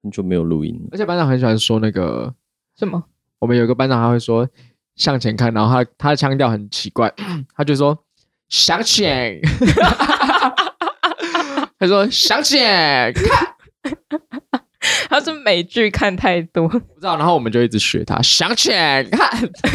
就没有录音。 而且班长很喜欢说那个什么？ 我们有一个班长他会说向前看，然后他的腔调很奇怪，他就说向前，他说向前看， 他是美剧看太多， 不知道，然后我们就一直学他向前看。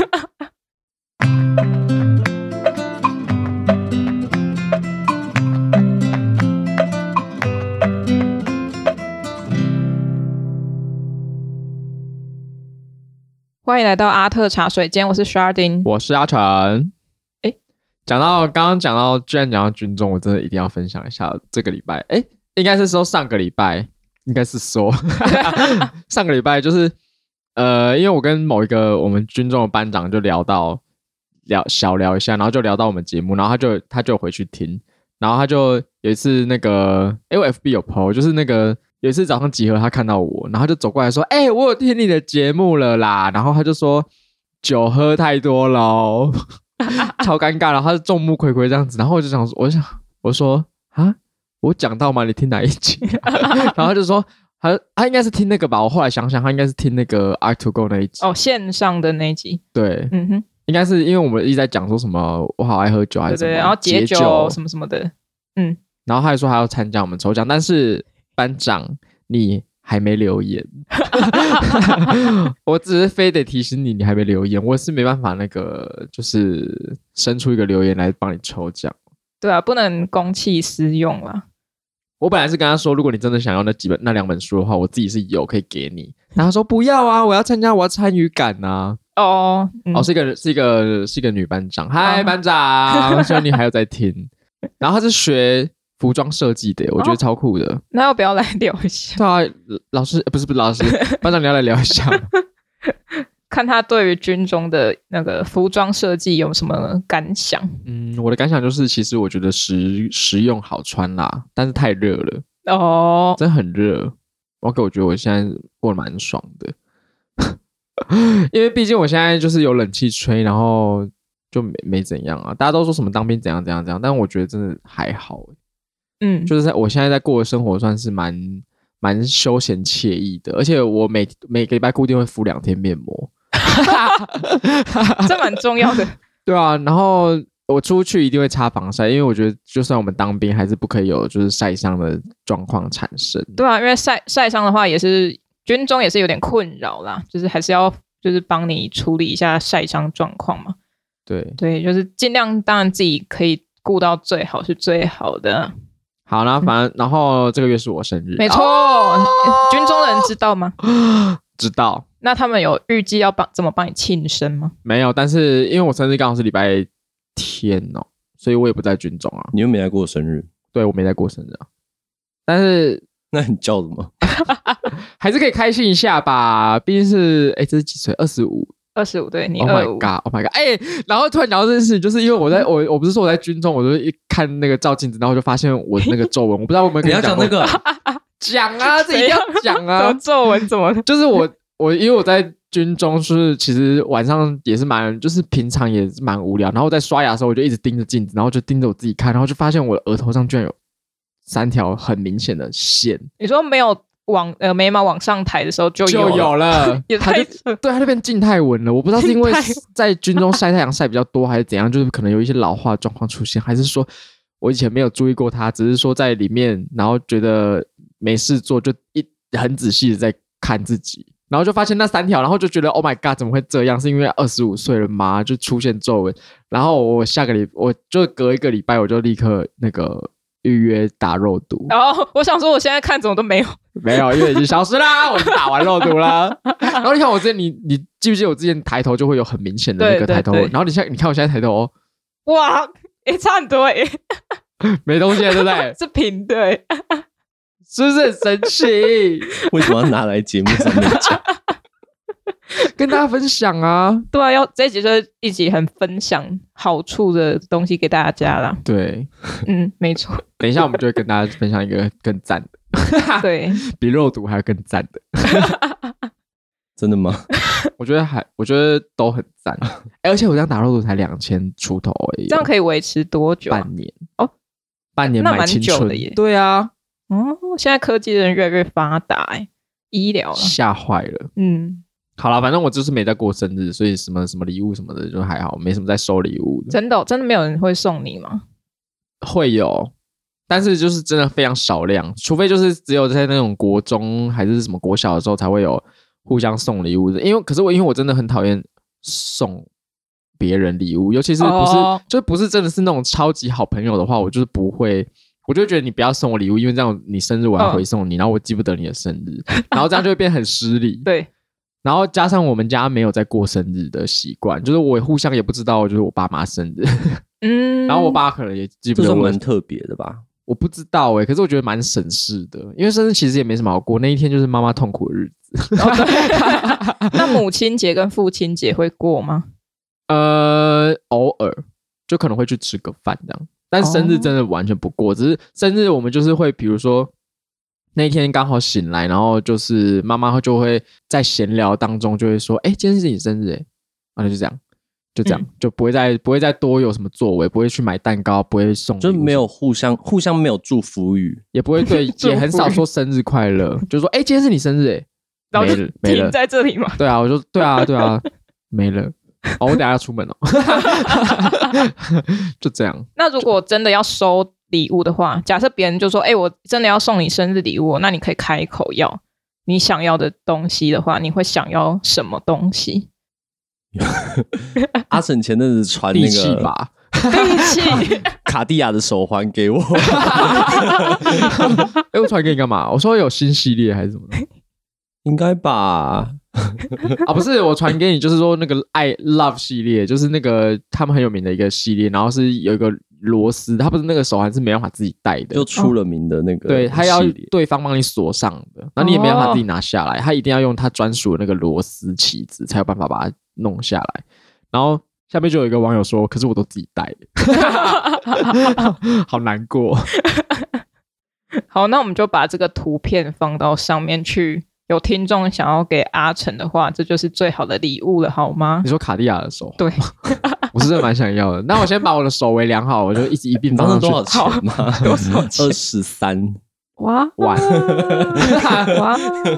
欢迎来到阿特茶水间，我是 Sharding， 我是阿成。居然讲到军中，我真的一定要分享一下这个礼拜。应该是说上个礼拜，应该是说上个礼拜就是因为我跟某一个我们军中的班长就小聊一下，然后就聊到我们节目，然后他就回去听，然后他就有一次那个我 FB 有 po， 就是那个有一次早上集合他看到我，然后他就走过来说我有听你的节目了啦，然后他就说酒喝太多了哦超尴尬，然后他是众目睽睽这样子，然后我就说啊，我讲到吗？你听哪一集？然后他就说他应该是听那个吧，我后来想想他应该是听那个 R2Go 那一集线上的那一集， 对， 哼， 应该是因为我们一直在讲说什么我好爱喝酒还是什么， 对，然后解酒什么什么的， 然后他还说还要参加我们抽奖，但是班长你还没留言我只是非得提醒你还没留言，我是没办法那个就是生出一个留言来帮你抽奖。 对啊，不能公器私用啦。 我本来是跟他说如果你真的想要那两本书的话，我自己是有可以给你，然后他说不要啊，我要参加，我要参与感啊。是一个女班长，嗨班长希望你还有在听然后他是学服装设计的，我觉得超酷的。 那要不要来聊一下？ 对啊，老师不是老师班长你要来聊一下看他对于军中的那个服装设计有什么感想？ 我的感想就是其实我觉得实用好穿啦，但是太热了真的很热。我觉得我现在过得蛮爽的因为毕竟我现在就是有冷气吹，然后就没怎样啊。大家都说什么当兵怎样怎样怎样，但我觉得真的还好就是我现在在过的生活算是蛮休闲惬意的，而且我每个礼拜固定会敷2天面膜这蛮重要的对啊，然后我出去一定会擦防晒，因为我觉得就算我们当兵还是不可以有就是晒伤的状况产生。 对啊，因为晒伤的话也是军中也是有点困扰啦，就是还是要就是帮你处理一下晒伤状况嘛。对，就是尽量当然自己可以顾到最好是最好的。 好，然后这个月是我生日， 没错军中的人知道吗？ 知道。 那他们有预计要怎么帮你庆生吗？ 没有，但是因为我生日刚好是礼拜天所以我也不在军中啊。 你又没来过生日？ 对，我没在过生日啊。但是那你叫什么？ 还是可以开心一下吧，毕竟是这是几岁？25， 对，你 25。Oh my god！ 然后突然聊到这件事，就是因为我不是说我在军中，我就一看那个照镜子，然后就发现我那个皱纹，我不知道我们你要讲那个讲啊，这一定要讲啊！ 什么皱纹怎么？ 就是我因为我在军中，就是其实晚上也是就是平常也是蛮无聊，然后在刷牙的时候，我就一直盯着镜子，然后就盯着我自己看，然后就发现我的额头上居然有3条很明显的线。你说没有眉毛往上抬的时候就有了也太它就变静态纹了。我不知道是因为在军中晒太阳晒比较多还是怎样，就是可能有一些老化状况出现，还是说我以前没有注意过它，只是说在里面然后觉得没事做就很仔细的在看自己，然后就发现那3条，然后就觉得 Oh my god 怎么会这样，是因为25岁了吗？就出现皱纹。然后我我就隔一个礼拜我就立刻那个预约打肉毒。 我想说我现在看怎么都没有， 因为已经消失啦我打完肉毒啦然后你看我之前你记不记得我之前抬头就会有很明显的那个抬头纹，然后你看我现在抬头哇差很多没东西了对不对？ 是平的是不是很神奇？ 为什么要拿来节目上面讲？ 跟大家分享啊。 对啊，这一集就是一集很分享好处的东西给大家啦。 对没错。 等一下我们就会跟大家分享一个更赞的对， 比肉毒还要更赞的真的吗？ 我觉得都很赞而且我这样打肉毒才2000出头而已。 这样可以维持多久半年半年买青春那蛮久的耶。 对啊现在科技人越来越发达医疗了， 吓坏了。好啦，反正我就是没在过生日，所以什么礼物什么的就还好，没什么在收礼物的。 真的没有人会送你吗？ 会有，但是就是真的非常少量，除非就是只有在那种国中还是什么国小的时候才会有互相送礼物的。因为我真的很讨厌送别人礼物，尤其是就是不是真的是那种超级好朋友的话，我就是不会。我就觉得你不要送我礼物，因为这样你生日我要回送你，然后我记不得你的生日，然后这样就会变很失礼。 对。 然后加上我们家没有在过生日的习惯，就是我互相也不知道就是我爸妈生日，然后我爸可能也记不得。 这蛮特别的吧？ 我不知道可是我觉得蛮省事的，因为生日其实也没什么好过，那一天就是妈妈痛苦的日子。 那母亲节跟父亲节会过吗？ 偶尔就可能会去吃个饭这样，但生日真的完全不过，只是生日我们就是会比如说。那一天刚好醒来，然后就是妈妈就会在闲聊当中就会说：“今天是你生日然后就这样，就不会再多有什么作为，不会去买蛋糕，不会送， 就没有互相没有祝福语， 也不会对，也很少说生日快乐，就说今天是你生日然后就停在这里嘛。 对啊，我说对啊，没了。我等一下要出门了，就这样。 那如果真的要收礼物的话，假设别人就说我真的要送你生日礼物，那你可以开口要你想要的东西的话，你会想要什么东西？ 阿婶前阵子传那个地契吧， 地契卡地亚的手环给我。 我传给你干嘛？我说有新系列还是什么的？ 应该吧。 不是，我传给你就是说那个爱 Love 系列，就是那个他们很有名的一个系列，然后是有一个螺丝，它不是那个手环是没办法自己戴的， 就出了名的那个， 对，他要对方帮你锁上的，然后你也没办法自己拿下来，他一定要用他专属的那个螺丝起子才有办法把它弄下来。然后下面就有一个网友说：“可是我都自己戴的，好难过。” 好，那我们就把这个图片放到上面去。有听众想要给阿成的话，这就是最好的礼物了，好吗？ 你说卡地亚的手， 对， 我是真的蛮想要的。那我先把我的手围量好，我就一并放上去。 多少钱吗？ 多少钱 ？23 哇！哇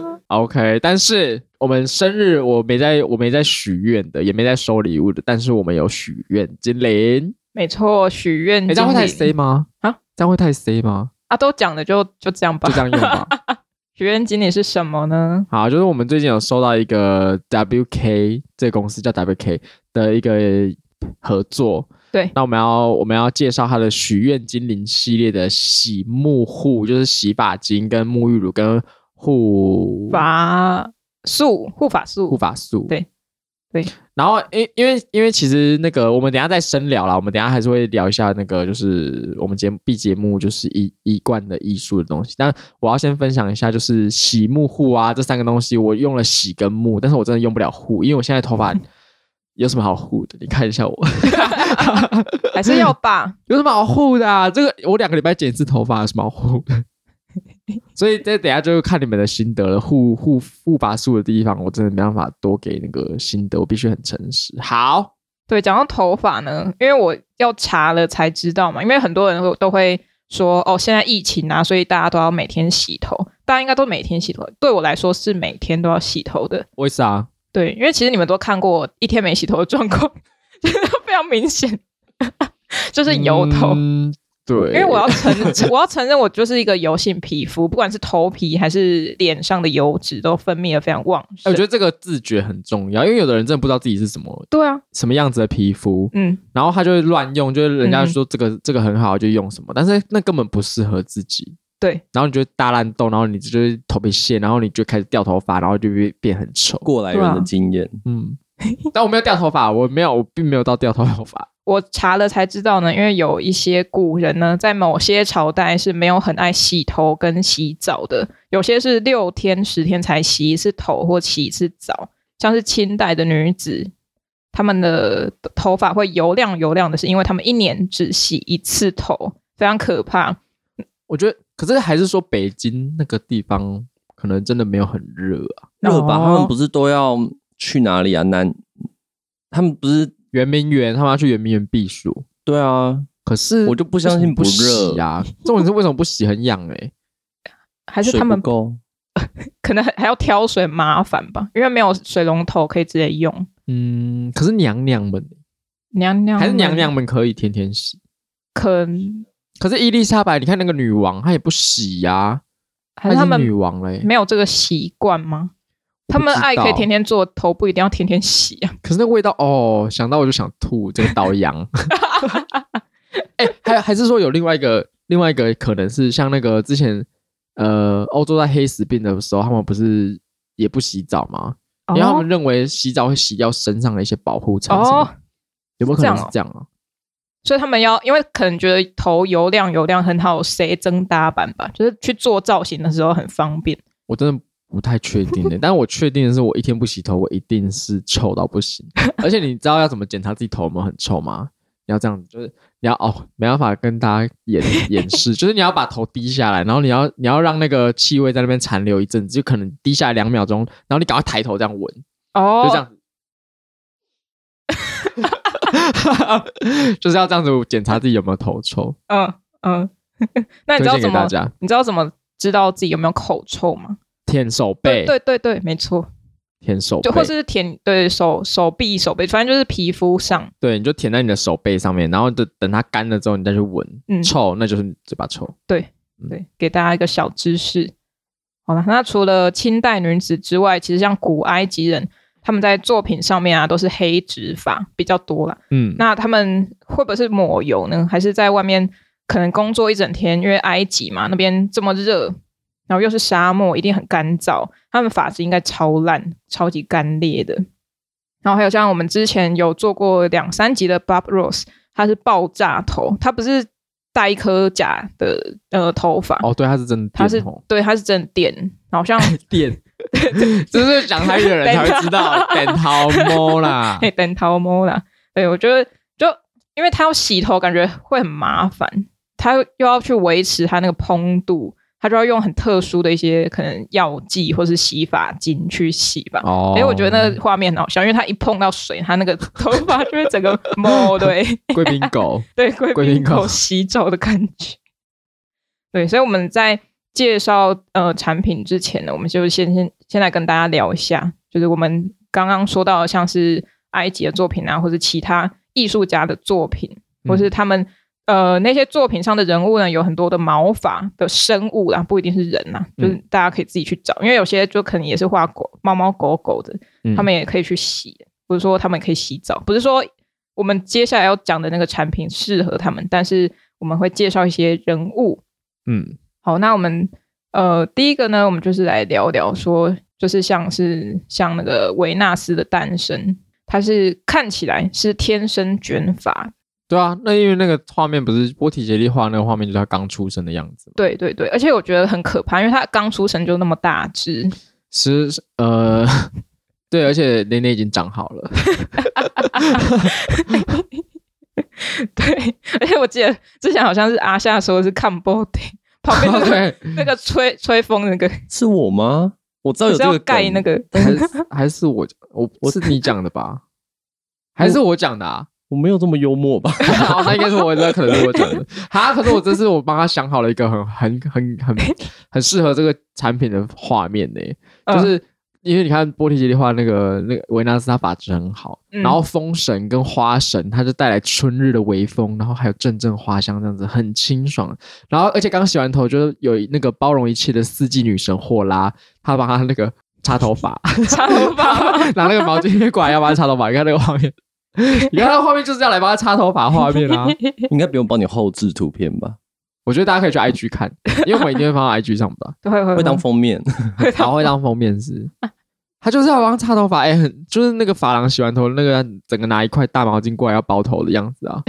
！OK， 但是我们生日我没在许愿的，也没在收礼物的，但是我们有许愿精灵。 没错，许愿精灵。 这样会太 C 吗？这样会太 C 吗？ 都讲了就这样吧， 就这样用吧。 许愿精灵是什么呢？ 好，就是我们最近有收到一个 WK 这个公司叫 WK 的一个合作， 对， 那我们要介绍它的许愿精灵系列的洗沐护，就是洗发精跟沐浴乳跟护发素，对。然后因为其实那个我们等一下再深聊啦，我们等一下还是会聊一下那个就是我们节目就是一贯的艺术的东西，但我要先分享一下就是洗沐护啊这三个东西，我用了洗跟沐，但是我真的用不了护，因为我现在头发有什么好护的？你看一下我， 还是要吧？ 有什么好护的啊？这个我2个礼拜剪一次头发，有什么好护的？所以等一下就看你们的心得了。护发素的地方，我真的没办法多给那个心得，我必须很诚实。好， 对，讲到头发呢，因为我要查了才知道嘛，因为很多人都会说现在疫情啊，所以大家都要每天洗头，大家应该都每天洗头。对我来说是每天都要洗头的。 为啥？ 对，因为其实你们都看过我一天没洗头的状况，非常明显，就是油头。 对， 因为我要承认我就是一个油性皮肤，不管是头皮还是脸上的油脂都分泌的非常旺盛。 我觉得这个自觉很重要，因为有的人真的不知道自己是什么， 对啊， 什么样子的皮肤，然后他就会乱用，就是人家说这个很好就用什么，但是那根本不适合自己。 对， 然后你就会大烂痘，然后你就会头皮屑，然后你就开始掉头发，然后就变很丑。 过来人的经验， 但我没有掉头发，我并没有到掉头发。 我查了才知道呢，因为有一些古人呢，在某些朝代是没有很爱洗头跟洗澡的，有些是6天10天才洗一次头或洗一次澡，像是清代的女子，她们的头发会油亮的，是因为她们1年只洗一次头，非常可怕。 我觉得，可是还是说北京那个地方可能真的没有很热啊， 热吧？他们不是都要去哪里啊？他们不是圆明园，他们要去圆明园避暑。 对啊， 可是我就不相信不热啊！重点是为什么不洗很痒还是他们够？ 可能还要挑水麻烦吧，因为没有水龙头可以直接用。 可是娘娘们还是娘娘们可以天天洗，可是伊丽莎白，你看那个女王，她也不洗呀， 还是他们女王嘞， 没有这个习惯吗？他们爱可以天天做，头不一定要天天洗啊。 可是那个味道哦，想到我就想吐，这个倒洋。还是说有另外一个可能是像那个之前欧洲在黑死病的时候，他们不是也不洗澡吗？因为他们认为洗澡会洗掉身上的一些保护层。有没有可能是这样啊？ 所以他们因为可能觉得头油亮很好塞增搭版吧，就是去做造型的时候很方便。我真的不太确定的，但我确定的是，我一天不洗头，我一定是臭到不行。而且你知道要怎么检查自己头有没有很臭吗？你要这样子，就是你要没办法跟大家演示，就是你要把头低下来，然后你要让那个气味在那边残留一阵子，就可能低下来2秒钟，然后你赶快抬头这样闻，就这样子，就是要这样子检查自己有没有头臭。 那你知道怎么知道自己有没有口臭吗？ 舔手背， 对，没错， 舔手背， 就或是舔手臂，反正就是皮肤上。 对，你就舔在你的手背上面，然后等它干了之后，你再去闻，臭那就是嘴巴臭。 对，给大家一个小知识。好了，那除了清代女子之外，其实像古埃及人，他们在作品上面都是黑直发比较多啦。那他们会不会是抹油呢？还是在外面可能工作一整天？因为埃及嘛，那边这么热。然后又是沙漠，一定很干燥，他们发质应该超烂，超级干裂的。然后还有像我们之前有做过2-3集的 Bob Ross， 他是爆炸头，他不是带一颗假的头发。 对，他是真的电，他是真的电，好像电，这是讲台语的人才会知道，电头毛啦， 电头毛啦。对，我觉得就因为他要洗头，感觉会很麻烦，他又要去维持他那个蓬度。他就要用很特殊的一些可能药剂或是洗发精去洗吧。我觉得那个画面很好笑，因为他一碰到水，他那个头发就会整个摸，对， 贵宾狗， 对，贵宾狗洗澡的感觉。对，所以我们在介绍产品之前呢，我们就先来跟大家聊一下，就是我们刚刚说到的像是埃及的作品啊，或是其他艺术家的作品，或是他们那些作品上的人物呢，有很多的毛发的生物啦，不一定是人啦，就是大家可以自己去找，因为有些就可能也是画猫狗狗的，他们也可以去洗，不是说他们可以洗澡，不是说我们接下来要讲的那个产品适合他们，但是我们会介绍一些人物。好，那我们第一个呢，我们就是来聊聊说，就是像那个维纳斯的诞生，它是看起来是天生卷发。 对啊，那因为那个画面不是波提杰利画那个画面，就是他刚出生的样子。 对，而且我觉得很可怕，因为他刚出生就那么大只。 对，而且蕾蕾已经长好了。 对，而且我记得之前好像是阿夏说的是看波提旁边那个吹风那个是我吗？我知道有这个盖那个， 还是我是你讲的吧？还是我讲的啊？ 我没有这么幽默吧？ 那应该是我的，可能是我讲的。可是我这是我帮他想好了一个很适合这个产品的画面呢，就是因为你看波提杰利画那个维纳斯，他发质很好，然后风神跟花神，他就带来春日的微风，然后还有阵阵花香，这样子很清爽。然后而且刚洗完头，就是有那个包容一切的四季女神霍拉，她帮他那个擦头发，拿那个毛巾过来要帮他擦头发，你看那个画面。你看那画面就是要来帮他擦头发画面啊， 应该不用帮你后置图片吧？ 我觉得大家可以去 IG 看，因为我们一定会放到 IG 上吧， 会当封面， 会当封面是。他就是要帮他擦头发，就是那个发廊洗完头，那个整个拿一块大毛巾过来要包头的样子啊。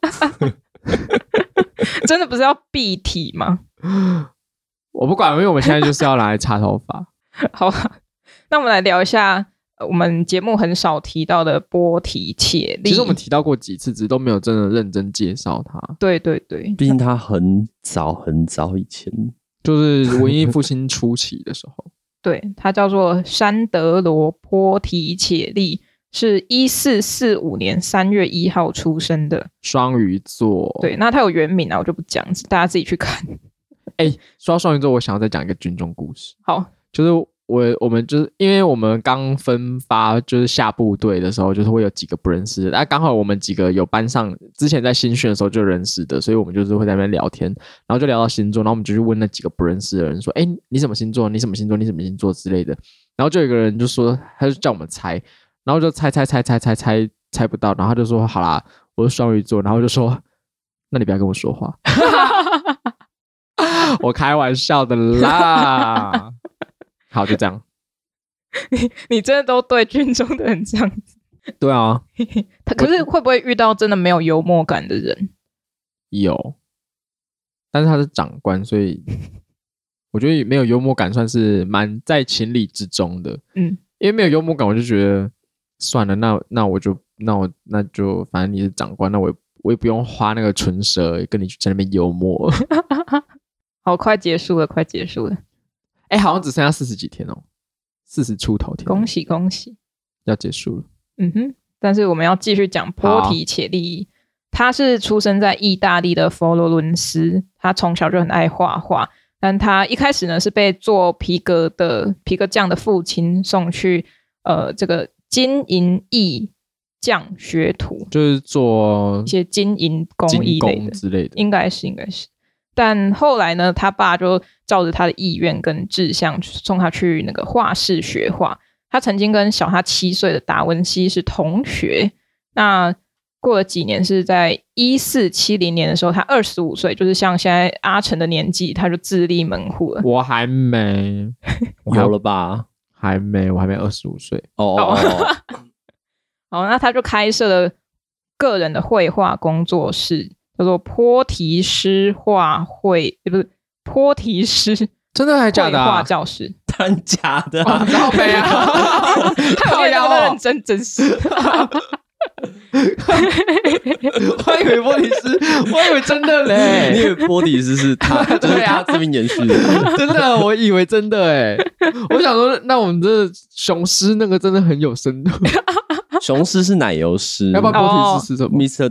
真的不是要蔽体吗？ 我不管，因为我们现在就是要拿来擦头发。 好，那我们来聊一下。我们节目很少提到的波提切利， 其实我们提到过几次，只是都没有真的认真介绍它。 对， 毕竟它很早以前， 就是文艺复兴初期的时候。 对，它叫做山德罗波提切利，是1445年3月1号出生的， 双鱼座。 对，那它有原名啊，我就不讲，大家自己去看。 说到双鱼座，我想要再讲一个军中故事。 好。 就是我们就是因为我们刚分发就是下部队的时候，就是会有几个不认识的，但刚好我们几个有班上之前在新训的时候就认识的，所以我们就是会在那边聊天，然后就聊到星座，然后我们就去问那几个不认识的人说，哎，你什么星座？你什么星座？你什么星座之类的，然后就有一个人就说，他就叫我们猜，然后就猜不到，然后他就说好啦，我是双鱼座，然后就说那你不要跟我说话。我开玩笑的啦。好，就这样。 你真的都对军中的人这样子？ 对啊。 可是会不会遇到真的没有幽默感的人？ 有，但是他是长官，所以我觉得没有幽默感算是蛮在情理之中的。因为没有幽默感，我就觉得算了，那就反正你是长官，那我也不用花那个唇舌跟你在那边幽默。 好，快结束了。 好像只剩下40几天哦，40出头天。 恭喜恭喜， 要结束了。 但是我们要继续讲波提切利。他是出生在意大利的佛罗伦斯，他从小就很爱画画，但他一开始呢是被做皮革匠的父亲送去这个金银艺匠学徒， 就是做一些金银工艺类的之类的， 应该是。但后来呢，他爸就照着他的意愿跟志向送他去那个画室学画。他曾经跟小他7岁的达文西是同学。那过了几年，是在1470年的时候，他25岁，就是像现在阿成的年纪，他就自立门户了。 我还没。 有了吧？ 还没，我还没25岁。 好，那他就开设了个人的绘画工作室，叫做波提斯画会，不是波提斯， 真的还假的？ 绘画教室， 当然假的啊！老北啊， 太认真，真是。 我以为波提斯，我以为真的嘞。 你以为波提斯是他，就是他这边延续的。 真的，我以为真的哎。我想说，那我们这雄狮那个真的很有深度。 雄狮是奶油狮， 要不然波提斯是什么 ？Mr.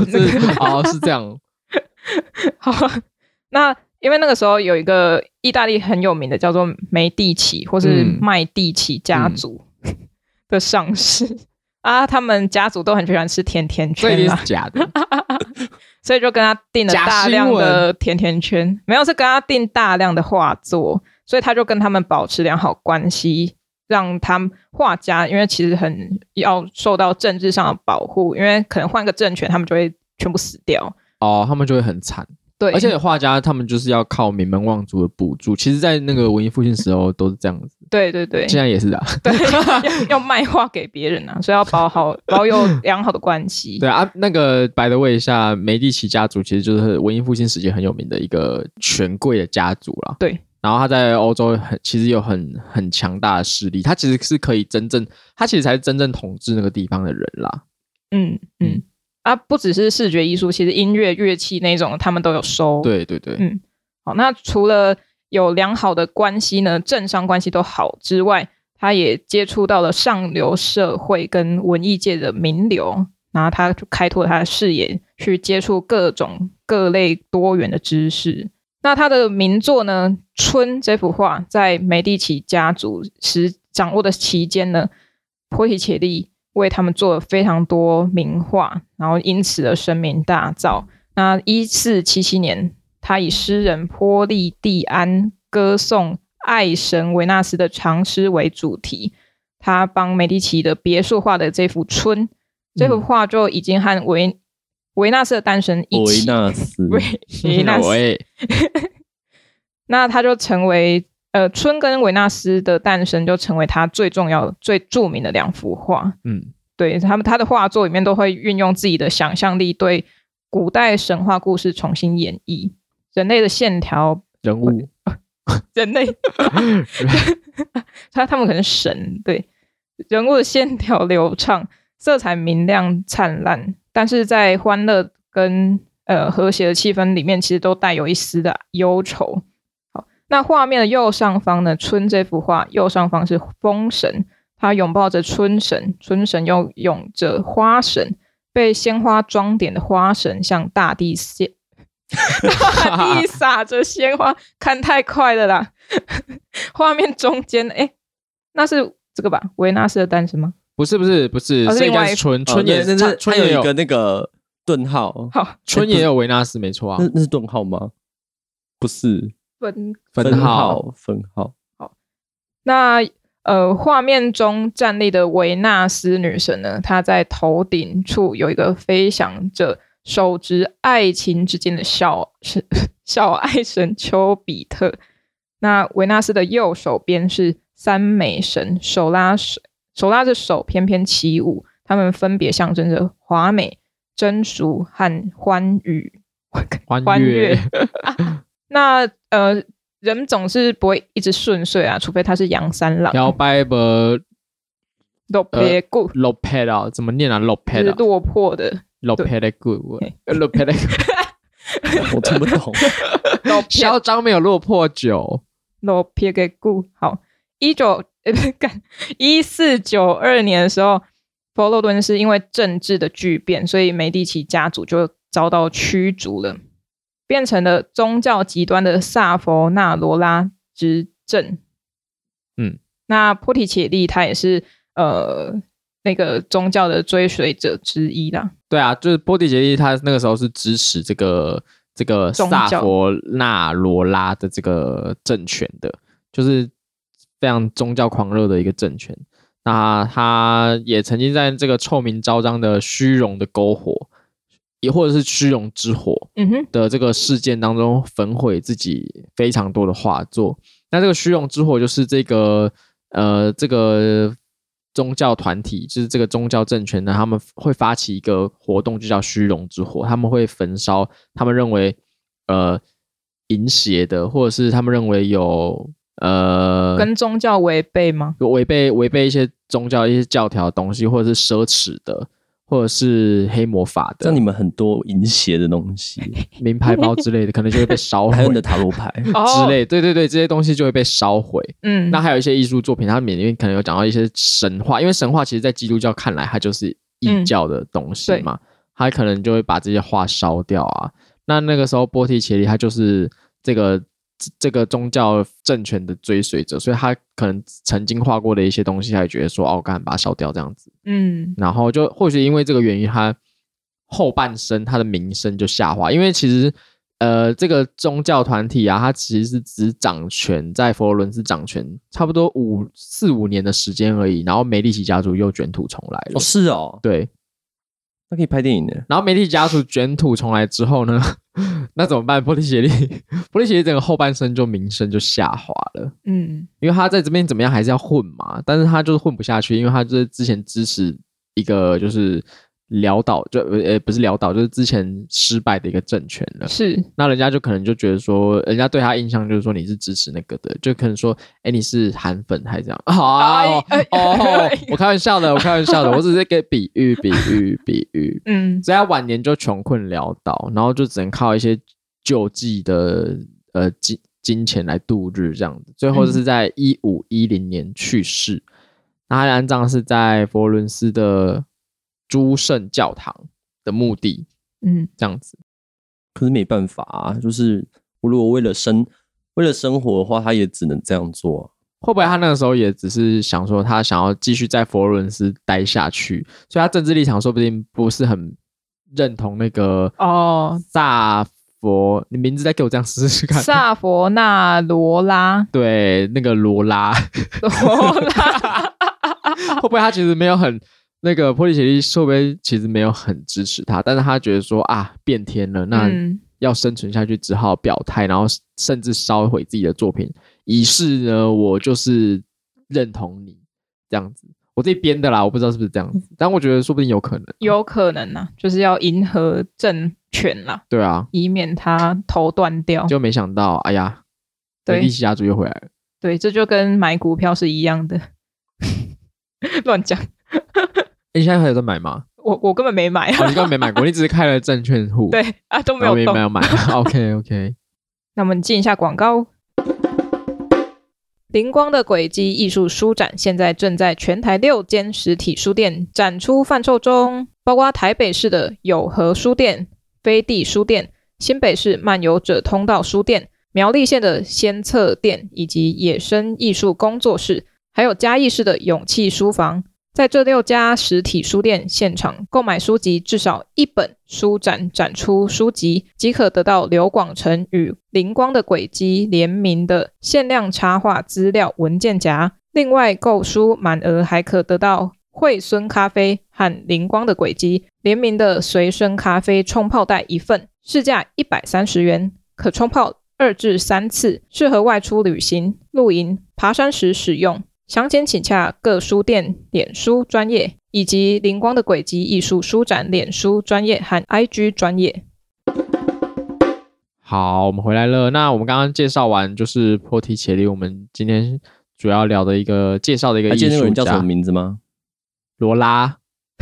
Donut 是这样。 好，那因为那个时候有一个意大利很有名的叫做梅蒂奇或是麦蒂奇家族的上市。他们家族都很喜欢吃甜甜圈， 这一定是假的。 所以就跟他订了大量的甜甜圈，没有，是跟他订大量的画作，所以他就跟他们保持良好关系，让他们画家，因为其实很要受到政治上的保护，因为可能换个政权，他们就会全部死掉。 他们就会很惨。 对， 而且画家他们就是要靠名门望族的补助，其实在那个文艺复兴时候都是这样子。 对， 现在也是啊。 对，要卖画给别人啊，所以要保有良好的关系。 对啊，那个by the way一下，梅蒂奇家族其实就是文艺复兴时期很有名的一个权贵的家族啦。对，然后他在欧洲其实有很强大的势力，他其实是可以他其实才是真正统治那个地方的人啦。不只是视觉艺术，其实音乐、乐器那种他们都有收。对。好，那除了有良好的关系呢，政商关系都好之外，他也接触到了上流社会跟文艺界的名流，然后他就开拓他的视野，去接触各类多元的知识。那他的名作呢，《春》这幅画在梅蒂奇家族掌握的期间呢，波提切利为他们做了非常多名画，然后因此而声名大噪。那1477年，他以诗人波利蒂安歌颂爱神维纳斯的长诗为主题，他帮梅蒂奇的别墅画的这幅《春》，这幅画就已经和维纳斯的诞生一起。维纳斯那他就成为春跟维纳斯的诞生就成为他最重要最著名的2幅画。对，他的画作里面都会运用自己的想象力，对古代神话故事重新演绎人类的线条人物人类他们可能神，对，人物的线条流畅，色彩明亮灿烂，但是在欢乐跟和谐的气氛里面，其实都带有一丝的忧愁。好，那画面的右上方呢，春这幅画右上方是风神，他拥抱着春神，春神又拥着花神，被鲜花装点的花神向大地撒着鲜花，看太快了啦。画面中间那是这个吧？维纳斯的诞生吗？ 不是，是应该是春也是春有一个那个顿号。 好， 春也有维纳斯，没错啊。 那是顿号吗？不是， 分号。 好，那画面中站立的维纳斯女神呢？她在头顶处有一个飞翔着手执爱情之剑的小爱神丘比特。那维纳斯的右手边是三美神，手拉着手翩翩起舞，他们分别象征着华美、贞淑和欢悦。那人总是不会一直顺遂啊，除非他是杨三郎。 摇摆不落魄骨， 落魄啊，怎么念啊？落魄是落魄的， 落魄的骨，落魄的， 我听不懂。 嚣张没有落魄酒， 落魄的骨。好，1492年的时候，佛罗伦斯因为政治的巨变，所以梅第奇家族就遭到驱逐了。变成了宗教极端的萨佛纳罗拉执政。那波提切利他也是那个宗教的追随者之一啦。 对啊，就是波提切利他那个时候是支持这个萨佛纳罗拉的这个政权的，就是非常宗教狂热的一个政权。那他也曾经在这个臭名昭彰的虚荣的篝火，也或者是虚荣之火的这个事件当中焚毁自己非常多的画作。那这个虚荣之火就是这个宗教团体，就是这个宗教政权呢，他们会发起一个活动，就叫虚荣之火。他们会焚烧他们认为淫邪的，或者是他们认为有跟宗教违背吗？ 违背一些宗教一些教条的东西，或者是奢侈的，或者是黑魔法的， 像你们很多淫邪的东西， 名牌包之类的，可能就会被烧毁。 还有你的塔罗牌之类，对，这些东西就会被烧毁。那还有一些艺术作品，它里面可能有讲到一些神话，因为神话其实在基督教看来，它就是异教的东西嘛，它可能就会把这些画烧掉啊。那个时候波提切利他就是这个宗教政权的追随者，所以他可能曾经画过的一些东西，他也觉得说哦，干把它烧掉这样子。然后就或许因为这个原因，他后半生他的名声就下滑，因为其实这个宗教团体啊，它其实是只掌权在佛罗伦斯掌权差不多4-5年的时间而已，然后梅第奇家族又卷土重来了。 哦，是哦， 对。 那可以拍电影呢。 然后梅第奇家族卷土重来之后呢，那怎么办？波提切利整个后半生就名声就下滑了。因为他在这边怎么样还是要混嘛，但是他就是混不下去，因为他就是之前支持一个就是潦倒，就不是潦倒，就是之前失败的一个政权了。 是， 那人家就可能就觉得说，人家对他印象就是说你是支持那个的，就可能说，你是韩粉还是这样？我开玩笑的，我只是给比喻。所以他晚年就穷困潦倒，然后就只能靠一些救济的金钱来度日这样子。最后是在1510年去世，那他的安葬是在佛罗伦斯的诸圣教堂的墓地，这样子。 可是没办法啊，就是我如果为了生活的话，他也只能这样做。 会不会他那个时候也只是想说，他想要继续在佛罗伦斯待下去，所以他政治立场说不定不是很认同那个萨佛，你名字再给我这样试试看。 萨佛纳罗拉， 对，那个罗拉，会不会他其实没有很？那个波提切利会不会其实没有很支持他，但是他觉得说啊，变天了，那要生存下去只好表态，然后甚至烧毁自己的作品，以示呢我就是认同你这样子。我自己编的啦，我不知道是不是这样子，但我觉得说不定有可能， 有可能啊，就是要迎合政权啦， 对啊， 以免他头断掉。 就没想到，哎呀，梅第奇家族又回来了。 对，这就跟买股票是一样的，乱讲。 你现在还有在买吗？ 我根本没买啊！ 你根本没买过，你只是开了证券户。 对啊，都没有动， 没有买。OK。 那我们进一下广告。灵光的轨迹艺术书展现在正在全台6间实体书店展出贩售中，包括台北市的友和书店、飞地书店、新北市漫游者通道书店、苗栗县的先策店以及野生艺术工作室。 还有嘉义市的勇气书房。在这6家实体书店现场购买书籍至少1本书展展出书籍，即可得到刘广成与灵光的轨迹联名的限量插画资料文件夹。另外购书满额还可得到惠孙咖啡和灵光的轨迹联名的随身咖啡冲泡袋1份，市价130元，可冲泡2至3次，适合外出旅行、露营、爬山时使用。详情请洽各书店脸书专页以及灵光的轨迹艺术书展脸书专页和 IG 专页。 好，我们回来了。那我们刚刚介绍完就是波提切利，我们今天主要聊的一个介绍的一个艺术家。 还记得那个人叫什么名字吗？ 罗拉。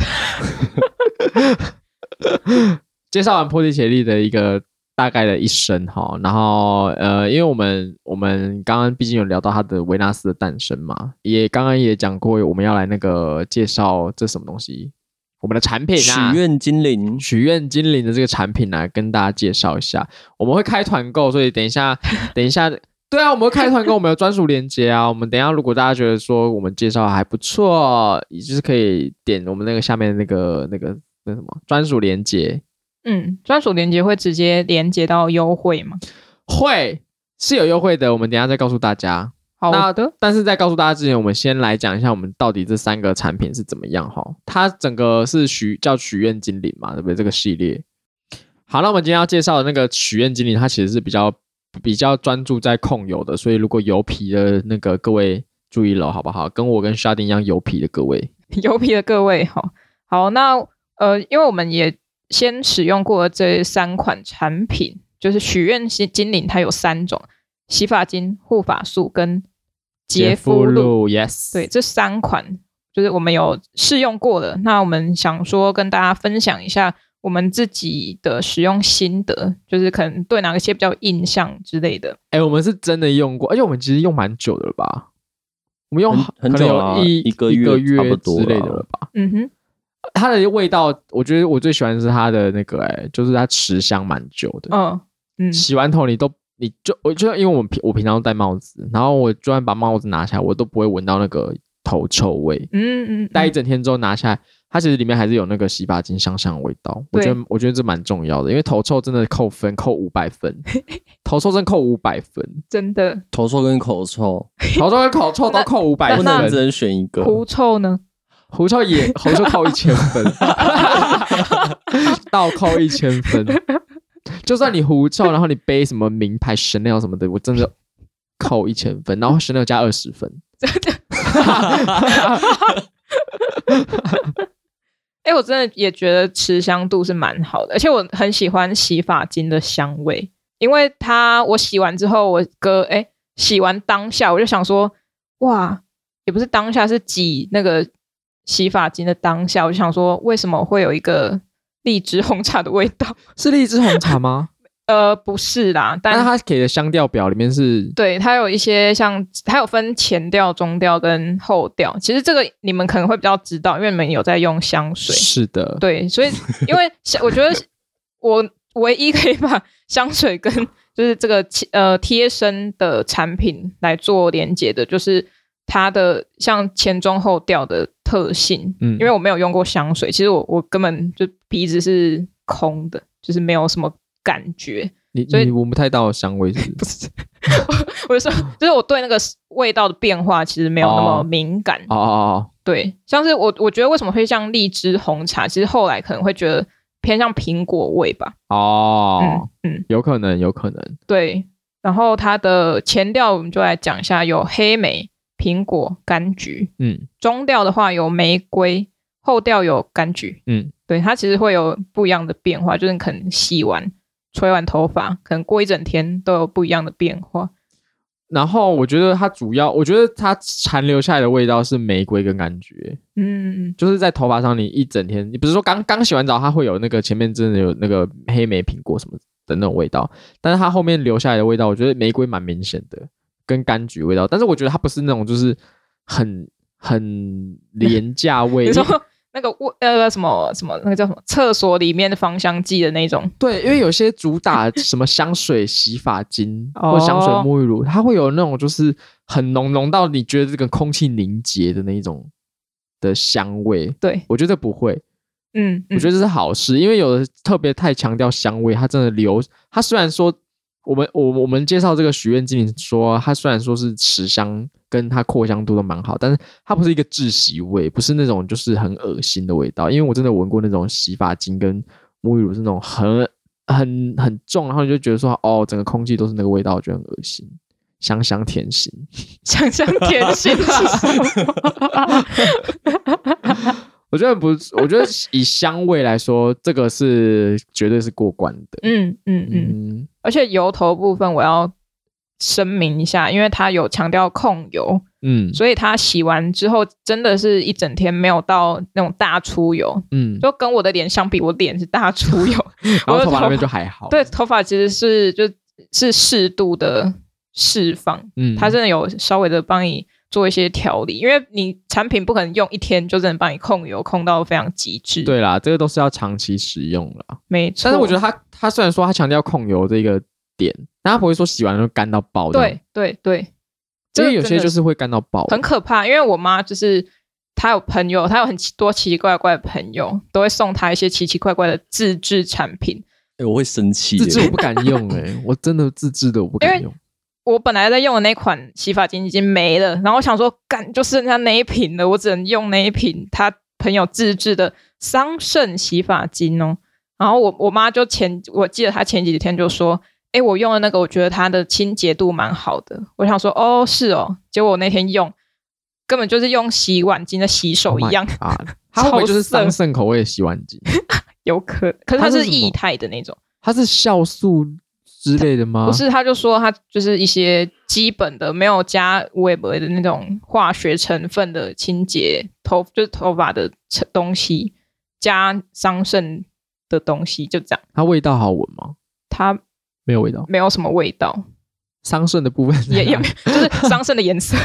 介绍完波提切利的一个大概的一生哈，然后因为我们刚刚毕竟有聊到他的维纳斯的诞生嘛，刚刚也讲过我们要来那个介绍这什么东西，我们的产品啊， 许愿精灵的这个产品来跟大家介绍一下。我们会开团购，所以等一下，对啊，我们会开团购，我们有专属连结啊。我们等一下如果大家觉得说我们介绍还不错，也就是可以点我们那个下面那什么专属连结。 专属连结会直接连接到优惠吗？ 会，是有优惠的，我们等一下再告诉大家。 好的。 但是在告诉大家之前，我们先来讲一下我们到底这3个产品是怎么样哈。它整个是叫许愿精灵嘛，对不对？这个系列。好，那我们今天要介绍的那个许愿精灵，它其实是比较专注在控油的，所以如果油皮的那个各位注意了好不好？跟我跟 Sharding 一样油皮的各位，好，那因为我们也先使用过这3款产品，就是许愿精灵，它有3种：洗发精、护发素跟洁肤露。 Yes， 对，这3款就是我们有试用过的。那我们想说跟大家分享一下我们自己的使用心得，就是可能对哪些比较印象之类的。 我们是真的用过，而且我们其实用蛮久的了吧？我们用很久了，一个月差不多之类的了吧？它的味道，我觉得我最喜欢的是它的那个，就是它持香蛮久的。洗完头我就因为我平常都戴帽子，然後我就算把帽子拿下来，我都不会闻到那个头臭味。戴一整天之后拿下来，它其实里面还是有那个洗发精香香的味道。我觉得这蛮重要的，因为头臭真的扣500分，头臭真扣500分，真的。 头臭跟口臭都扣500分， 不能只能选一个。 狐臭呢？ 狐臭扣1000分，倒扣1000分。就算你狐臭，然后你背什么名牌 Chanel 什么的，我真的扣1000分，然后 Chanel 加20分。真的。 我真的也觉得持香度是蛮好的，而且我很喜欢洗发精的香味，因为我洗完之后，洗完当下我就想说，哇，也不是当下，是挤那个洗发精的当下，我就想说，为什么会有一个荔枝红茶的味道？ 是荔枝红茶吗？ 不是啦，但它给的香调表里面是， 对，它有一些它有分前调、中调跟后调。其实这个你们可能会比较知道，因为你们有在用香水。 是的， 对，所以因为我觉得我唯一可以把香水跟就是这个贴身的产品来做连结的，就是它的像前中后调的特性。因为我没有用过香水，其实我根本就鼻子是空的，就是没有什么感觉， 你闻不太到香味是不是？ 我就说，就是我对那个味道的变化其实没有那么敏感。对，像是我觉得为什么会像荔枝红茶，其实后来可能会觉得偏向苹果味吧。有可能。对，然后它的前调我们就来讲一下，有黑莓、苹果、柑橘。中调的话有玫瑰，后调有柑橘。对，它其实会有不一样的变化，就是可能洗完吹完头发，可能过一整天都有不一样的变化。 然后我觉得它残留下来的味道是玫瑰跟柑橘。就是在头发上你一整天，你不是说刚洗完澡它会有那个前面真的有那个黑莓、苹果什么的那种味道，但是它后面留下来的味道，我觉得玫瑰蛮明显的，跟柑橘味道，但是我觉得它不是那种就是很廉价味。 你说那个什么那个叫什么厕所里面的芳香剂的那种。 对，因为有些主打什么香水、洗发精或香水、沐浴乳，它会有那种就是很浓到你觉得这个空气凝结的那种的香味。 对， 我觉得不会。我觉得这是好事，因为有的特别太强调香味，它真的它虽然说我们介绍这个许愿精灵说，它虽然说是持香跟它扩香度都蛮好，但是它不是一个窒息味，不是那种就是很恶心的味道。因为我真的闻过那种洗发精跟沐浴乳是那种很重，然后你就觉得说整个空气都是那个味道，我觉得很恶心。香香甜心， 香香甜心是什么？ 我觉得以香味来说，这个是绝对是过关的。 而且油头部分我要声明一下，因为它有强调控油，所以它洗完之后真的是一整天没有到那种大出油，就跟我的脸相比，我脸是大出油， 然后头发那边就还好。 对，头发其实是适度的释放，它真的有稍微的帮你做一些调理，因为你产品不可能用一天就真的帮你控油控到非常极致。对啦，这个都是要长期使用啦， 没错。 但是我觉得它虽然说它强调控油这个点，但它不会说洗完就干到爆。 对， 因为有些就是会干到爆， 很可怕。因为我妈就是她有朋友，她有很多奇奇怪怪的朋友，都会送她一些奇奇怪怪的自制产品。 我会生气， 自制我不敢用我真的自制的我不敢用。 我本来在用的那款洗发精已经没了，然后我想说干就剩下那一瓶了，我只能用那一瓶他朋友自制的桑葚洗发精哦。然后我妈就我记得她前几天就说我用的那个我觉得它的清洁度蛮好的。我想说是哦，结果我那天用根本就是用洗碗巾的洗手一样。 它会不会就是桑葚口味的洗碗巾？ 有可是它是液态的那种。它是酵素之类的吗？ 不是，他就说他就是一些基本的没有加微博的那种化学成分的清洁就是头发的东西，加桑葚的东西，就这样。 它味道好闻吗？ 它没有味道， 没有什么味道。 桑葚的部分也就是桑葚的颜色。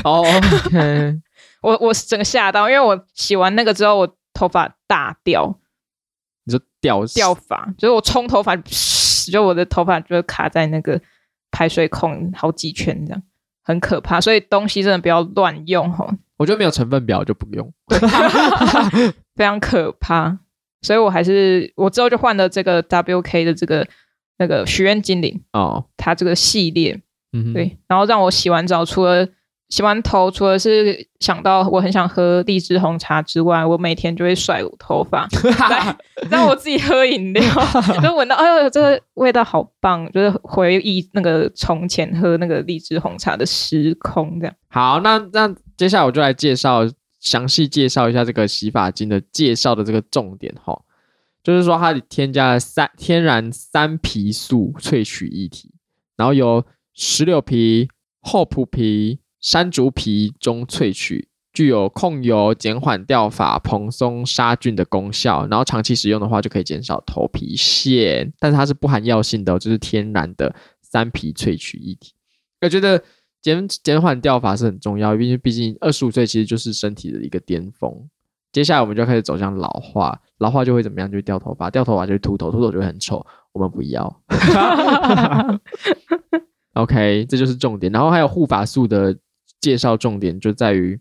OK 我整个吓到，因为我洗完那个之后，我头发大掉。 你说掉发，就是我冲头发，就我的头发就卡在那个排水孔好几圈，这样很可怕。所以东西真的不要乱用我觉得没有成分表就不用， 非常可怕。所以我之后就换了这个 WK 的那个许愿精灵它这个系列，对，然后让我洗完澡洗完头，除了是想到我很想喝荔枝红茶之外，我每天就会甩我头发，让我自己喝饮料，就闻到这个味道好棒，就是回忆那个从前喝那个荔枝红茶的时空这样。 好，那接下来我就来详细介绍一下这个洗发精的介绍的这个重点就是说它添加了天然3皮素萃取液体，然后有石榴皮、厚朴皮、山竹皮中萃取，具有控油、减缓掉发、蓬松、杀菌的功效，然后长期使用的话就可以减少头皮屑，但是它是不含药性的就是天然的3皮萃取液体。我觉得减缓掉发是很重要，因为毕竟25岁其实就是身体的一个巅峰。接下来我们就开始走向老化，老化就会怎么样？就会掉头发，掉头发就会秃头，秃头就会很丑，我们不要。OK， 这就是重点。然后还有护发素的介绍重点就在于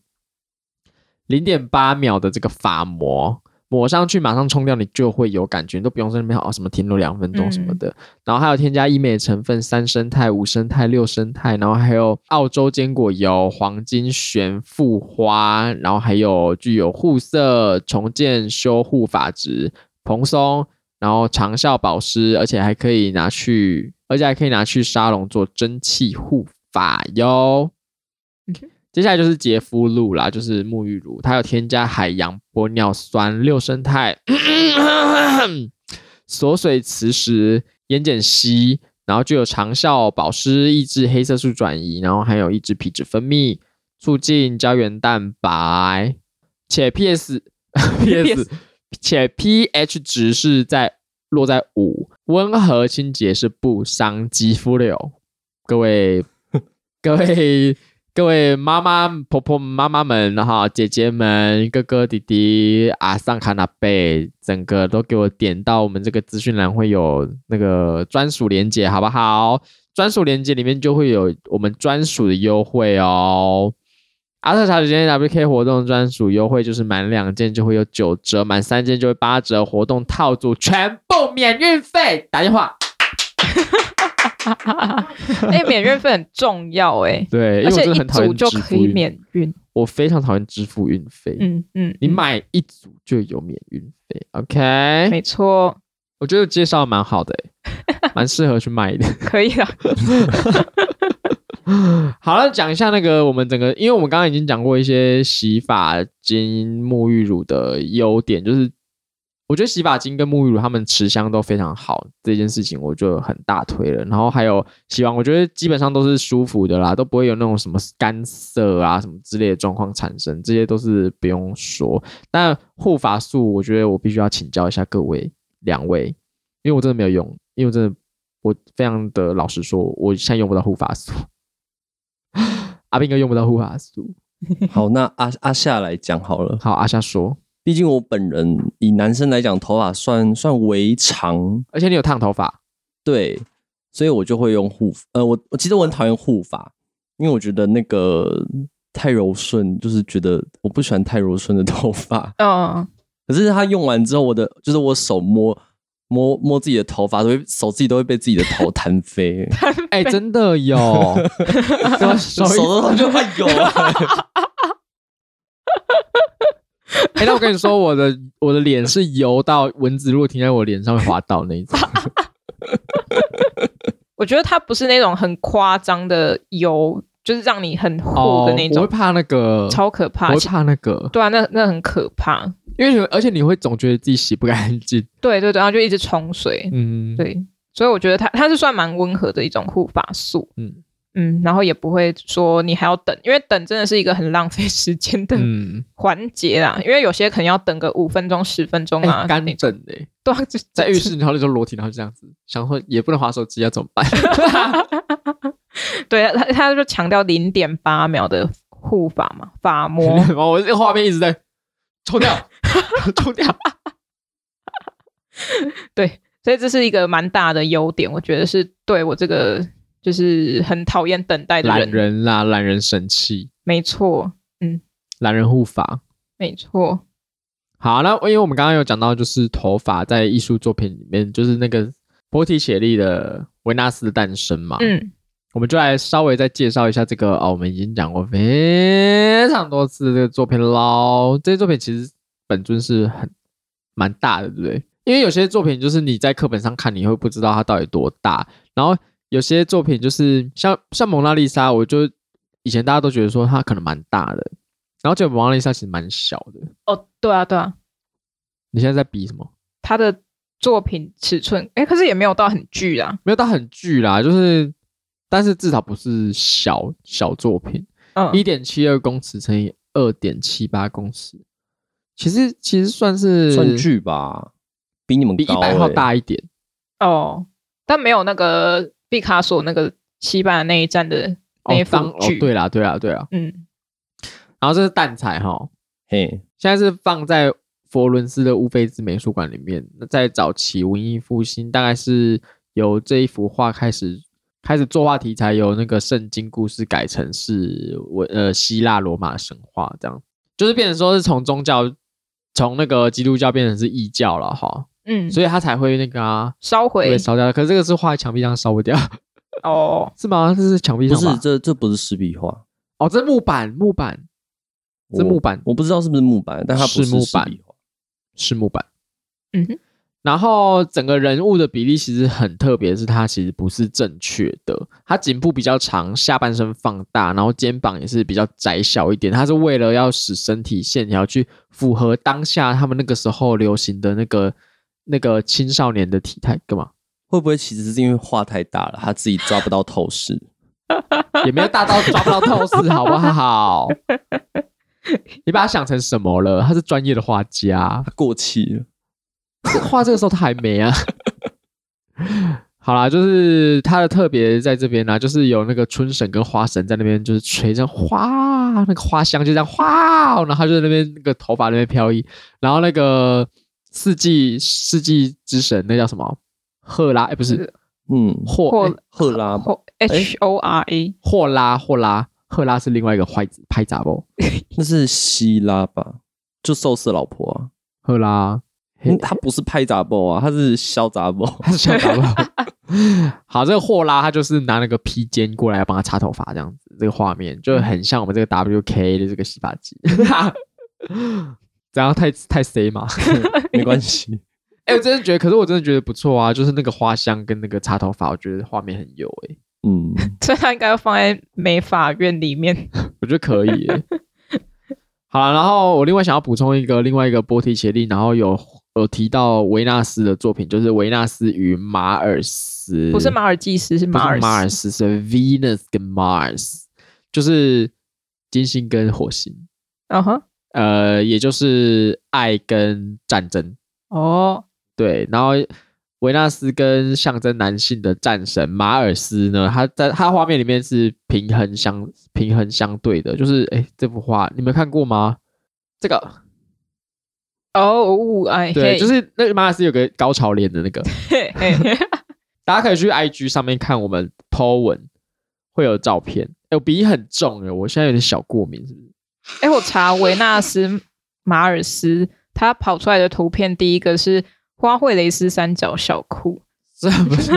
0.8 秒的这个发膜，抹上去马上冲掉，你就会有感觉，你都不用在那边什么停留2分钟什么的。然后还有添加医美成分3胜肽、5胜肽、6胜肽，然后还有澳洲坚果油、黄金悬附花，然后还有具有护色、重建、修护发质、蓬松，然后长效保湿，而且还可以拿去沙龙做蒸汽护发哟。接下来就是洁肤露啦，就是沐浴乳，它有添加海洋玻尿酸、6胜肽、锁水磁石、眼睑硒，然后具有长效保湿、抑制黑色素转移，然后还有抑制皮脂分泌、促进胶原蛋白，且 pH 值是落在5，温和清洁是不伤肌肤的哟。各位各位妈妈、婆婆、妈妈们，姐姐们、哥哥、弟弟、阿桑、卡纳贝，整个都给我点到我们这个资讯栏会有那个专属连结，好不好？专属连结里面就会有我们专属的优惠哦。阿特茶水间 WK 活动专属优惠就是满2件就会有9折，满3件就会8折，活动套组全部免运费。打电话。 免运费很重要对，因为我真的很讨厌支付运， 而且一组就可以免运， 我非常讨厌支付运费。你买1组就有免运费 ，OK？ 没错， 我觉得介绍蛮好的蛮适合去卖的。 可以啊。 好了，讲一下那个我们整个，因为我们刚刚已经讲过一些洗发精、沐浴乳的优点，就是我觉得洗发精跟沐浴乳它们持香都非常好，这件事情我就很大推了。然后还有洗完，我觉得基本上都是舒服的啦，都不会有那种什么干涩啊什么之类的状况产生，这些都是不用说。但护发素，我觉得我必须要请教一下各位2位，因为我真的没有用，因为我非常的老实说，我现在用不到护发素。阿斌哥用不到护发素。 好，那阿夏来讲好了。 好，阿夏说， 毕竟我本人以男生来讲，头发算微长， 而且你有烫头发， 对，所以我就会用我其实我很讨厌护发，因为我觉得那个太柔顺，就是觉得我不喜欢太柔顺的头发。可是他用完之后，就是我手摸自己的头发，手自己都会被自己的头弹飞。 真的有，手都就会有。 那我跟你说，我的脸是油到蚊子如果停在我脸上会滑倒那一种。 我觉得它不是那种很夸张的油，就是让你很糊的那种。 我会怕那个， 超可怕。 我会怕那个。 对啊，那很可怕。 因为而且你会总觉得自己洗不干净。 对，然后就一直冲水。对，所以我觉得它是算蛮温和的一种护发素。然后也不会说你还要等，因为等真的是一个很浪费时间的环节啦。因为有些可能要等个5分钟、10分钟啊， 干等对， 在浴室，然后就裸体，然后就这样子，想说也不能滑手机，要怎么办？ 对，他就强调0.8秒的护发嘛，发膜。 我这个画面一直在抽掉。 对，所以这是一个蛮大的优点，我觉得是对我这个就是很讨厌等待的人懒人神器， 没错， 懒人护发， 没错。 好，那因为我们刚刚有讲到，就是头发在艺术作品里面，就是那个波提切利的维纳斯的诞生嘛，我们就来稍微再介绍一下这个我们已经讲过非常多次的这个作品咯。这些作品其实本尊是蛮大的，对不对？因为有些作品就是你在课本上看，你会不知道它到底多大，然后有些作品就是像蒙娜丽莎，我就以前大家都觉得说它可能蛮大的，然后结果蒙娜丽莎其实蛮小的。 对啊。 你现在在比什么？ 他的作品尺寸，可是也没有到很巨啦， 没有到很巨啦，就是但是至少不是小作品。1.72 公尺乘以2.78公尺，其实算巨吧，比你们高 100号大一点。 但没有那个毕卡索那个西班牙那一站的那一幅巨。 对啦。然后这是蛋彩哈，现在是放在佛伦斯的乌菲兹美术馆里面。在早期文艺复兴，大概是由这一幅画开始作画题材，由那个圣经故事改成是希腊罗马神话，这样就是变成说是从那个基督教变成是异教了哈。所以他才会那个烧掉。可是这个是画在墙壁上烧不掉。是吗？这是墙壁上吧？ 不是，这不是石壁画。 这是木板。这木板我不知道是不是木板，但它不是石壁画， 是木板。然后整个人物的比例其实很特别，是它其实不是正确的。它颈部比较长，下半身放大，然后肩膀也是比较窄小一点。它是为了要使身体线条去符合当下他们那个时候流行的那个青少年的体态。干嘛？ 会不会其实是因为画太大了，他自己抓不到透视？ 也没有大到抓不到透视，好不好？你把他想成什么了？他是专业的画家， 他过气了。 画这个时候他还没啊。 好啦，就是它的特别在这边啦，就是有那个春神跟花神在那边，就是吹着花，那个花香就这样花，然后他就在那边那个头发那边飘逸，然后那个四季之神那叫什么？赫拉？不是， 赫拉 HORA， 赫拉是另外一个拍杂包， 那是希拉吧？就宙斯的老婆啊， 赫拉。 他不是拍杂包啊，他是削杂包， 好，这个霍拉他就是拿那个披肩过来要帮他擦头发，这样子，这个画面就很像我们这个 WK 的这个洗发剂。这样太 C 嘛？ 没关系。 我真的觉得，可是我真的觉得不错啊，就是那个花香跟那个擦头发，我觉得画面很有所以他应该要放在美发院里面。 我觉得可以好了，然后我另外想要补充另外一个波提切利，然后有提到维纳斯的作品，就是维纳斯与马尔斯， 不是马尔济斯，是马尔斯， 是 Venus 跟 Mars， 就是金星跟火星。也就是爱跟战争。对，然后维纳斯跟象征男性的战神马尔斯呢，他在他画面里面是平衡相对的，就是这幅画你们看过吗？这个对，就是那个马尔斯有个高潮脸的那个，大家可以去 IG 上面看我们 po 文会有照片。我鼻音很重我现在有点小过敏，是不是？ 我查维纳斯马尔斯，他跑出来的图片第一个是花卉蕾丝三角小裤， 这不是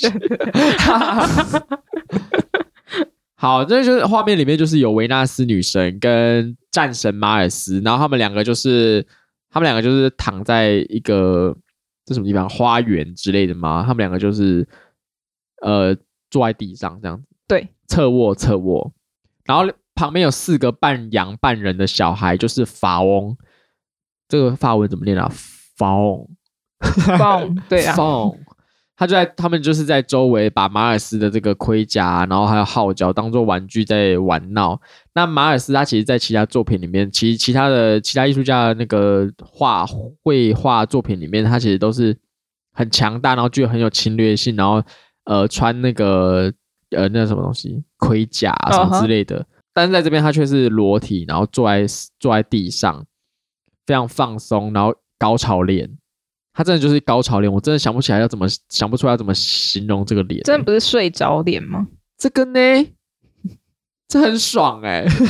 好，这就是画面里面就是有维纳斯女神跟战神马尔斯，然后他们两个就是躺在一个这什么地方花园之类的吗？他们两个就是坐在地上这样子， 对， 侧卧，然后旁边有4个半羊半人的小孩，就是法翁，这个法文怎么念啊？法翁， 对啊， 他们就是在周围把马尔斯的这个盔甲，然后还有号角当做玩具在玩闹。那马尔斯他其实在其他作品里面，其实其他艺术家的那个绘画作品里面，他其实都是很强大，然后具有很有侵略性，然后穿那个那什么东西盔甲什么之类的。但是在这边他却是裸体，然后坐在地上，非常放松，然后高潮脸。他真的就是高潮脸，我真的想不出来要怎么形容这个脸。 真的不是睡着脸吗？ 这个呢，这很爽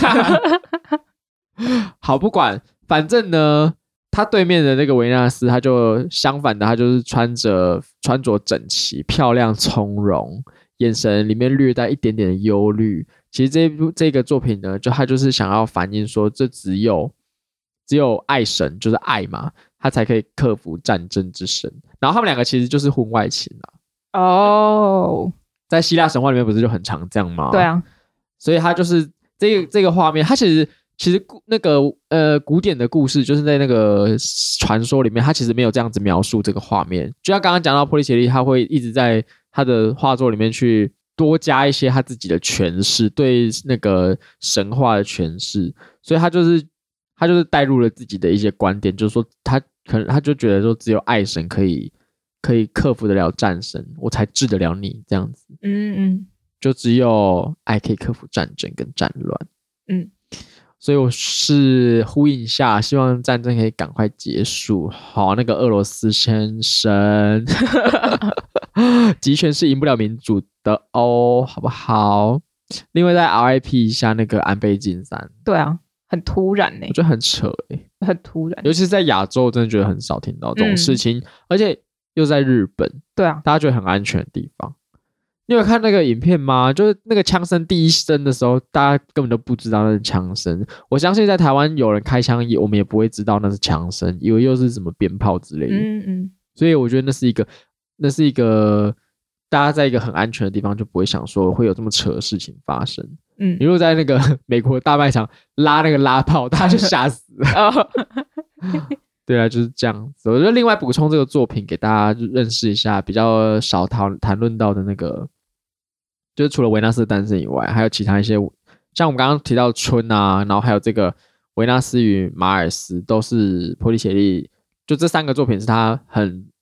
好，不管，反正呢，他对面的那个维纳斯，他就相反的，他就是穿着整齐、漂亮、从容，眼神里面略带一点点的忧虑。其实这个作品呢，他就是想要反映说，这只有爱神，就是爱嘛，他才可以克服战争之神。然后他们两个其实就是婚外情在希腊神话里面不是就很常这样吗？ 对啊， 所以他就是这个画面，他其实那个古典的故事，就是在那个传说里面，他其实没有这样子描述这个画面。就像刚刚讲到波利切利，他会一直在他的画作里面去多加一些他自己的诠释，对那个神话的诠释，所以他就是带入了自己的一些观点，就是说他就觉得说只有爱神可以克服得了战神，我才治得了你这样子。就只有爱可以克服战争跟战乱。所以我是呼应一下，希望战争可以赶快结束。好，那个俄罗斯先生集权是赢不了民主的好不好？另外再 RIP 一下那个安倍晋三。 对啊，很突然我觉得很扯很突然， 尤其是在亚洲，真的觉得很少听到这种事情，而且又在日本， 对啊， 大家觉得很安全的地方。你有看那个影片吗？就是那个枪声第一声的时候，大家根本都不知道那是枪声。我相信在台湾有人开枪，我们也不会知道那是枪声，以为又是什么鞭炮之类的。所以我觉得那是一个大家在一个很安全的地方，就不会想说会有这么扯的事情发生。你如果在那个美国大卖场拉那个拉炮，大家就吓死了。对啊，就是这样子。我觉得另外补充这个作品给大家认识一下，比较少谈论到的那个，就是除了维纳斯的诞生以外，还有其他一些，像我们刚刚提到的春啊，然后还有这个维纳斯与马尔斯，都是波利切利，就这3个作品是他很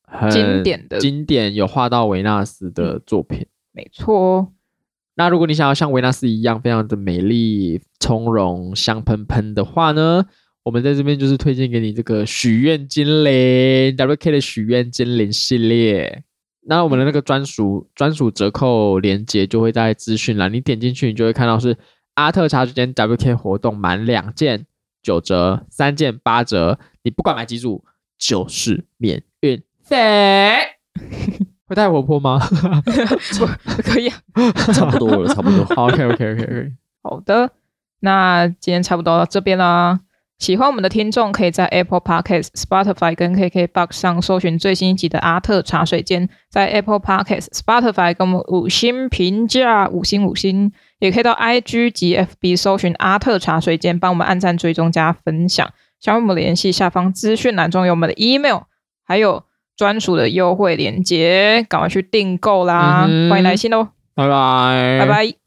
很经典有画到维纳斯的作品。 没错。 那如果你想要像维纳斯一样非常的美丽从容香喷喷的话呢，我们在这边就是推荐给你这个许愿精灵 WK 的许愿精灵系列。那我们的那个专属折扣连结就会在资讯栏，你点进去你就会看到是阿特茶水间 WK 活动，满2件9折，3件8折，你不管买几组就是免运费。会太活泼吗？ 可以啊， 差不多了，差不多。 OK。 好的，那今天差不多到这边啦。喜欢我们的听众可以在 Apple Podcast、Spotify 跟 KKBOX 上搜寻最新一集的阿特茶水间，在 Apple Podcast、Spotify 跟我们5星评价，5星，也可以到 IG 及 FB 搜寻阿特茶水间，帮我们按赞、追踪、加分享。想跟我们联系，下方资讯栏中有我们的 email， 还有专属的优惠链接，赶快去订购啦！欢迎来信哦， 拜拜。